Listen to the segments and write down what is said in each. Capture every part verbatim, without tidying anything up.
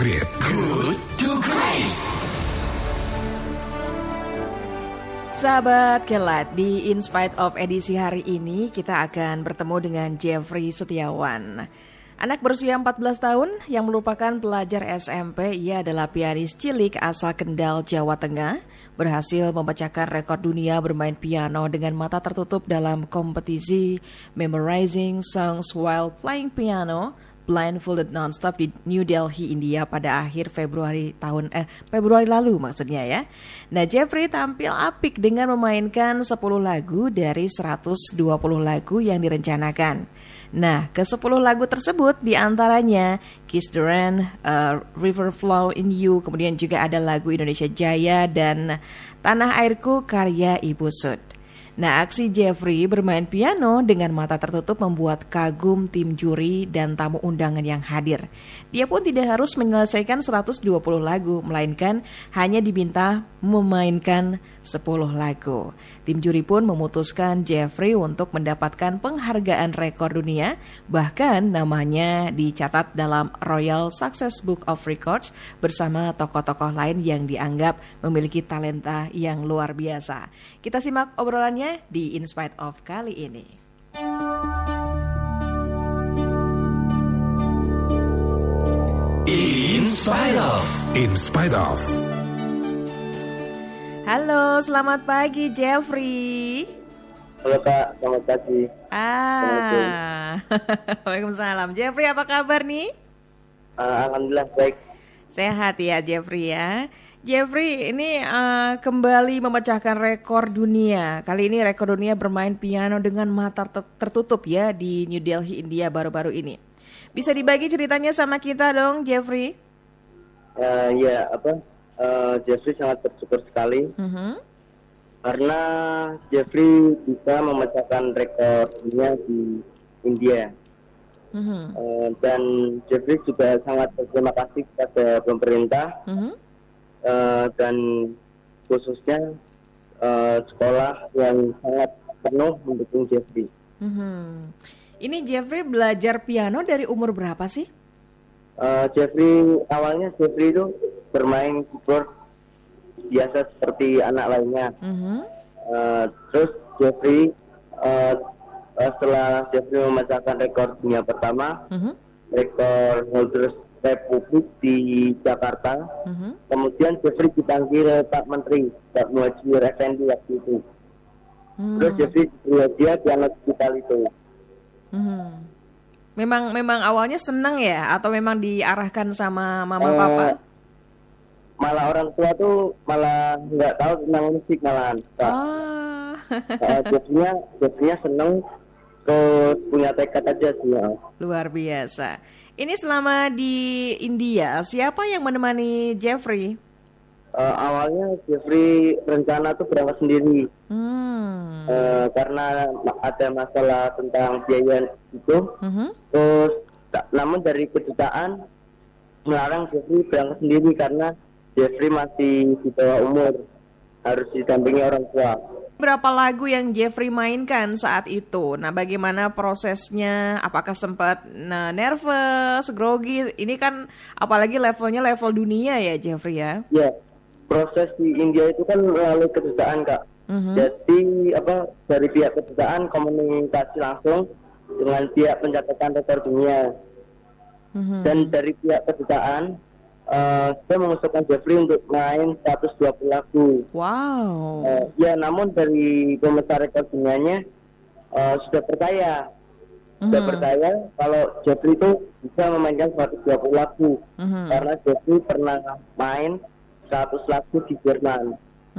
Great. Good to Great. Sahabat Kelat, di In Spite of edisi hari ini kita akan bertemu dengan Jeffrey Setiawan. Anak berusia empat belas tahun yang merupakan pelajar S M P, ia adalah pianis cilik asal Kendal, Jawa Tengah, berhasil memecahkan rekor dunia bermain piano dengan mata tertutup dalam kompetisi Memorizing Songs While Playing Piano Blindfolded Nonstop di New Delhi, India pada akhir Februari tahun eh Februari lalu maksudnya ya. Nah, Jeffrey tampil apik dengan memainkan sepuluh lagu dari seratus dua puluh lagu yang direncanakan. Nah, ke sepuluh lagu tersebut diantaranya Kiss the Rain, uh, River Flow in You, kemudian juga ada lagu Indonesia Jaya dan Tanah Airku karya Ibu Sud. Nah, aksi Jeffrey bermain piano dengan mata tertutup membuat kagum tim juri dan tamu undangan yang hadir. Dia pun tidak harus menyelesaikan seratus dua puluh lagu, melainkan hanya diminta memainkan sepuluh lagu. Tim juri pun memutuskan Jeffrey untuk mendapatkan penghargaan rekor dunia, bahkan namanya dicatat dalam Royal Success Book of Records bersama tokoh-tokoh lain yang dianggap memiliki talenta yang luar biasa. Kita simak obrolannya di In Spite of kali ini. In Spite of. In Spite of. Halo, selamat pagi Jeffrey. Halo Kak, selamat pagi. Ah, Waalaikumsalam. Jeffrey, apa kabar nih? Uh, Alhamdulillah baik. Sehat ya Jeffrey ya. Jeffrey ini uh, kembali memecahkan rekor dunia. Kali ini rekor dunia bermain piano dengan mata tertutup ya di New Delhi, India baru-baru ini. Bisa dibagi ceritanya sama kita dong, Jeffrey? Uh, ya apa? Uh, Jeffrey sangat bersyukur sekali Uh-huh. karena Jeffrey bisa memecahkan rekor dunia di India. Uh-huh. Uh, dan Jeffrey juga sangat berterima kasih kepada pemerintah. Uh-huh. Uh, dan khususnya uh, sekolah yang sangat penuh mendukung Jeffrey. Hmm. Ini Jeffrey belajar piano dari umur berapa sih? Uh, Jeffrey awalnya Jeffrey itu bermain keyboard biasa seperti anak lainnya. Uh-huh. Uh, terus Jeffrey uh, setelah Jeffrey memecahkan rekor dunia pertama, Uh-huh. rekor holders Republik di Jakarta. Uh-huh. Kemudian Jeffrey dipanggil Pak Menteri, Pak Muhajir Effendi waktu itu. Hmm. Terus Jeffrey diberi hadiah piano digital itu. Hmm. Memang memang awalnya senang ya, atau memang diarahkan sama mama Eh, papa? Malah orang tua tuh malah nggak tahu tentang musik malahan. Kak. Oh. Uh, Jeffrey-nya, Jeffrey-nya seneng, terus punya tekad aja sih ya. Luar biasa. Ini selama di India, siapa yang menemani Jeffrey? Uh, awalnya Jeffrey rencana tuh berangkat sendiri. Hmm. Uh, karena ada masalah tentang biaya itu. Uh-huh. Terus ta- namun dari kedutaan melarang Jeffrey berangkat sendiri karena Jeffrey masih di bawah umur, harus didampingi orang tua. Berapa lagu yang Jeffrey mainkan saat itu? Nah, bagaimana prosesnya? Apakah sempat nah, nervous, grogi? Ini kan apalagi levelnya level dunia ya, Jeffrey ya? Ya, proses di India itu kan melalui kedutaan Kak. Mhm. Jadi apa dari pihak kedutaan komunikasi langsung dengan pihak pencatatan rekor dunia. Mhm. Dan dari pihak kedutaan uh, saya mengusulkan Jeffrey untuk main seratus dua puluh lagu. Wow. Uh, ya, namun dari pemetar rekor dunianya uh, sudah percaya, sudah Mhm. percaya kalau Jeffrey itu bisa memainkan seratus dua puluh lagu, Mhm. karena Jeffrey pernah main seratus lagu di Jerman.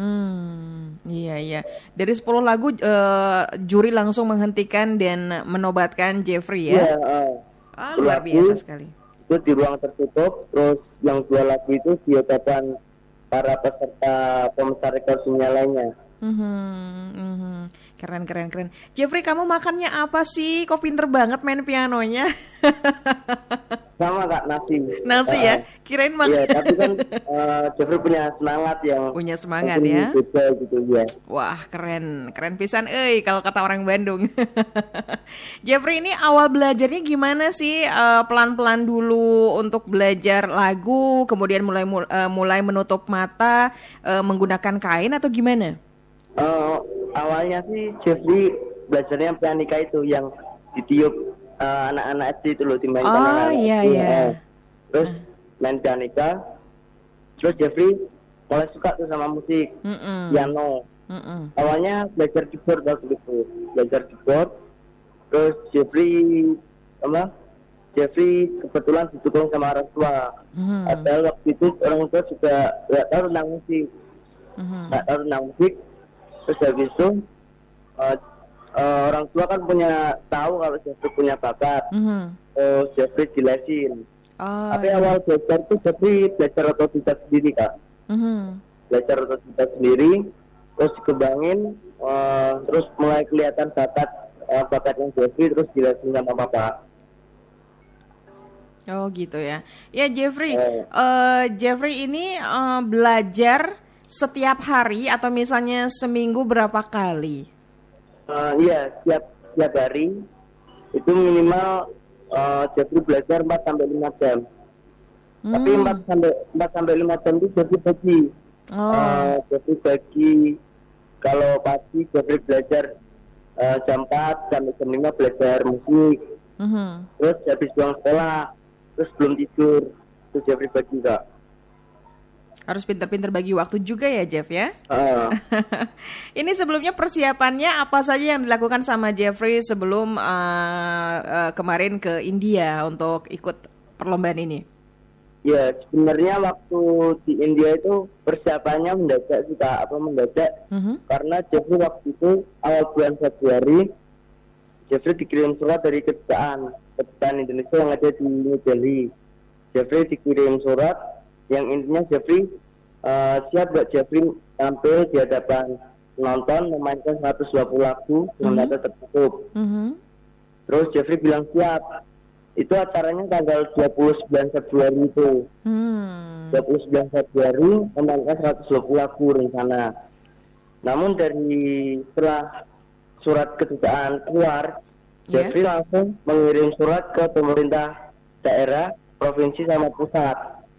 Hmm, iya iya. Dari sepuluh lagu uh, juri langsung menghentikan dan menobatkan Jeffrey ya. Ya, uh, Ah, luar lagu biasa sekali. itu di ruang tertutup, terus yang dua lagu itu di hadapan para peserta pemetar rekor dunia lainnya. Mhm, mhm. Keren keren keren. Jeffrey, kamu makannya apa sih? Kok pinter banget main pianonya? sama Kak, nasi. Nasi Uh, ya? Kirain makan. Iya, tapi kan uh, Jeffrey punya semangat yang Punya semangat mungkin ya. beda gitu ya. Wah, keren. Keren pisan euy kalau kata orang Bandung. Jeffrey, ini awal belajarnya gimana sih? Uh, pelan-pelan dulu untuk belajar lagu, kemudian mulai uh, mulai menutup mata uh, menggunakan kain atau gimana? Uh, awalnya sih Jeffrey belajarnya pianika itu yang ditiup uh, anak-anak S D itu loh, dimainkan Oh, anak-anak iya, S D. iya. Eh, terus main pianika. Terus Jeffrey mulai suka tuh sama musik, Mm-mm. piano. Mm-mm. Awalnya belajar keyboard waktu itu, belajar keyboard. Terus Jeffrey apa? Jeffrey kebetulan didukung sama orang tua. Mhm. Padahal waktu itu orang tua juga nggak tahu tentang musik, Mhm. nggak tahu tentang musik. Terus habis itu uh, uh, orang tua kan punya tahu kalau Jeffrey punya bakat. Mhm. Terus Jeffrey dilesin. Oh, Tapi iya. awal belajar tuh Jeffrey belajar otodidak sendiri Kak. Mhm. Belajar otodidak sendiri, terus dikembangin, uh, terus mulai kelihatan bakat uh, bakatnya Jeffrey, terus dilesin sama papa. Oh gitu ya. Ya Jeffrey, Eh. eh, Jeffrey ini eh, belajar setiap hari atau misalnya seminggu berapa kali? Uh, iya, tiap tiap hari itu minimal uh, Jeffrey belajar empat sampai lima jam. Hmm. Tapi empat sampai empat sampai lima jam itu Jeffrey bagi. Oh. Uh, Jeffrey bagi kalau pagi Jeffrey belajar uh, jam empat sampai jam lima belajar musik. Mhm. Terus habis pulang sekolah, terus belum tidur, terus Jeffrey bagi Kak. Harus pinter-pinter bagi waktu juga ya Jeff ya. Uh, Ini sebelumnya persiapannya apa saja yang dilakukan sama Jeffrey sebelum eh, eh, kemarin ke India untuk ikut perlombaan ini? ya sebenarnya waktu di India itu persiapannya mendadak sih Kak, apa mendadak? Mhm. Karena Jeffrey waktu itu awal bulan Februari, Jeffrey dikirim surat dari kedutaan kedutaan Indonesia yang ada di New Delhi. Jeffrey dikirim surat yang intinya Jeffrey uh, siap buat Jeffrey tampil di hadapan penonton memainkan seratus dua puluh lagu dengan nada tertutup. Mhm. Terus Jeffrey bilang siap. Itu acaranya tanggal dua puluh sembilan Februari itu. Hmm. dua puluh sembilan Februari memainkan seratus dua puluh lagu rencana. Namun dari setelah surat kedutaan keluar, Yeah. Jeffrey langsung mengirim surat ke pemerintah daerah, provinsi sama pusat.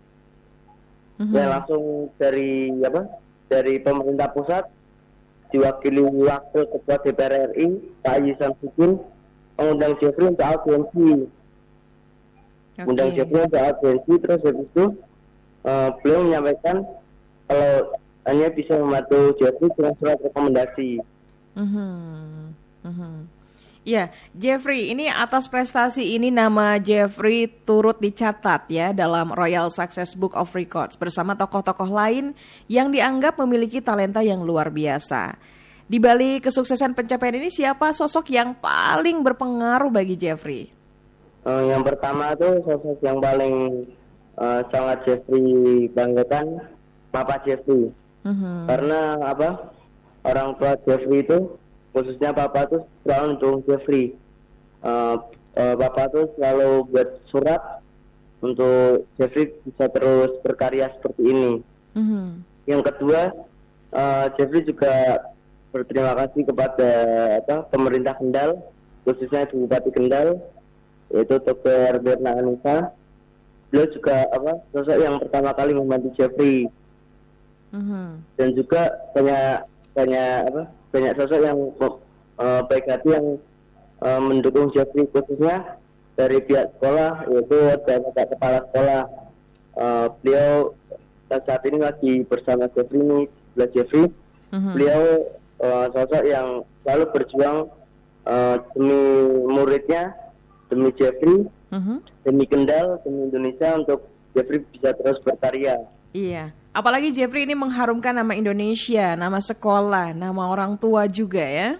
Mhm. Ya langsung dari apa? Dari pemerintah pusat diwakili wakil ketua D P R R I Pak Haji Samsudin mengundang Jeffrey untuk audiensi. Oke. Undang Jeffrey untuk audiensi, terus habis itu uh, beliau menyampaikan kalau hanya bisa membantu Jeffrey dengan surat rekomendasi. Mhm. Mhm. Ya, Jeffrey, ini atas prestasi ini nama Jeffrey turut dicatat ya dalam Royal Success Book of Records bersama tokoh-tokoh lain yang dianggap memiliki talenta yang luar biasa. Di balik kesuksesan pencapaian ini, siapa sosok yang paling berpengaruh bagi Jeffrey? Uh, yang pertama tuh sosok yang paling uh, sangat Jeffrey banggakan, Papa Jeffrey. Mhm. Karena apa? Orang tua Jeffrey itu, khususnya Papa tuh selalu mendukung Jeffrey. Uh, uh, Papa tuh selalu buat surat untuk Jeffrey bisa terus berkarya seperti ini. Mhm. Yang kedua, uh, Jeffrey juga berterima kasih kepada apa, pemerintah Kendal, khususnya Bupati Kendal, yaitu Dokter Berna Anissa. Beliau juga apa sosok yang pertama kali membantu Jeffrey. Mhm. Dan juga banyak banyak apa banyak sosok yang uh, baik hati yang uh, mendukung Jeffrey, khususnya dari pihak sekolah, yaitu dari Bapak Kepala Sekolah. Uh, beliau saat ini lagi bersama Jeffrey ini, sebelah Jeffrey. Mhm. Beliau uh, sosok yang selalu berjuang uh, demi muridnya, demi Jeffrey, Mhm. demi Kendal, demi Indonesia, untuk Jeffrey bisa terus berkarya. Iya, apalagi Jeffrey ini mengharumkan nama Indonesia, nama sekolah, nama orang tua juga ya.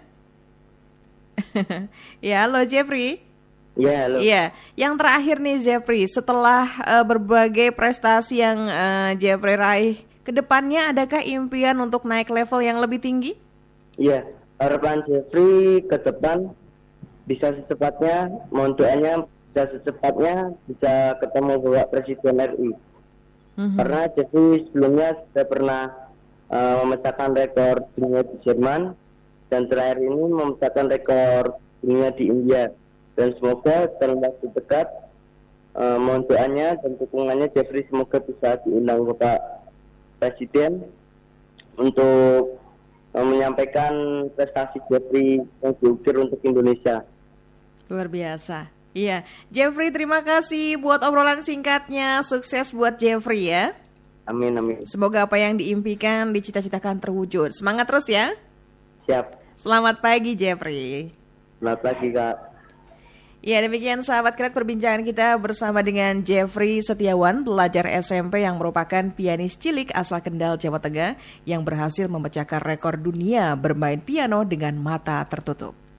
Ya, halo Jeffrey. Ya, halo. Iya, yang terakhir nih Jeffrey, setelah eh, berbagai prestasi yang eh, Jeffrey raih, kedepannya adakah impian untuk naik level yang lebih tinggi? Iya, harapan Jeffrey ke depan bisa secepatnya, mohon doanya bisa secepatnya bisa ketemu Bapak Presiden R I. Mhm. Karena Jeffrey sebelumnya sudah pernah uh, memecahkan rekor dunia di Jerman dan terakhir ini memecahkan rekor dunia di India. Dan semoga dalam waktu dekat uh, mohon doanya dan dukungannya Jeffrey semoga bisa diundang Bapak Presiden untuk uh, menyampaikan prestasi Jeffrey yang diukir untuk Indonesia. Luar biasa. Iya, Jeffrey terima kasih buat obrolan singkatnya. Sukses buat Jeffrey ya. Amin, amin. Semoga apa yang diimpikan, dicita-citakan terwujud. Semangat terus ya. Siap. Selamat pagi Jeffrey. Selamat pagi Kak. Ya, demikian sahabat Kret perbincangan kita bersama dengan Jeffrey Setiawan, pelajar S M P yang merupakan pianis cilik asal Kendal, Jawa Tengah yang berhasil memecahkan rekor dunia bermain piano dengan mata tertutup.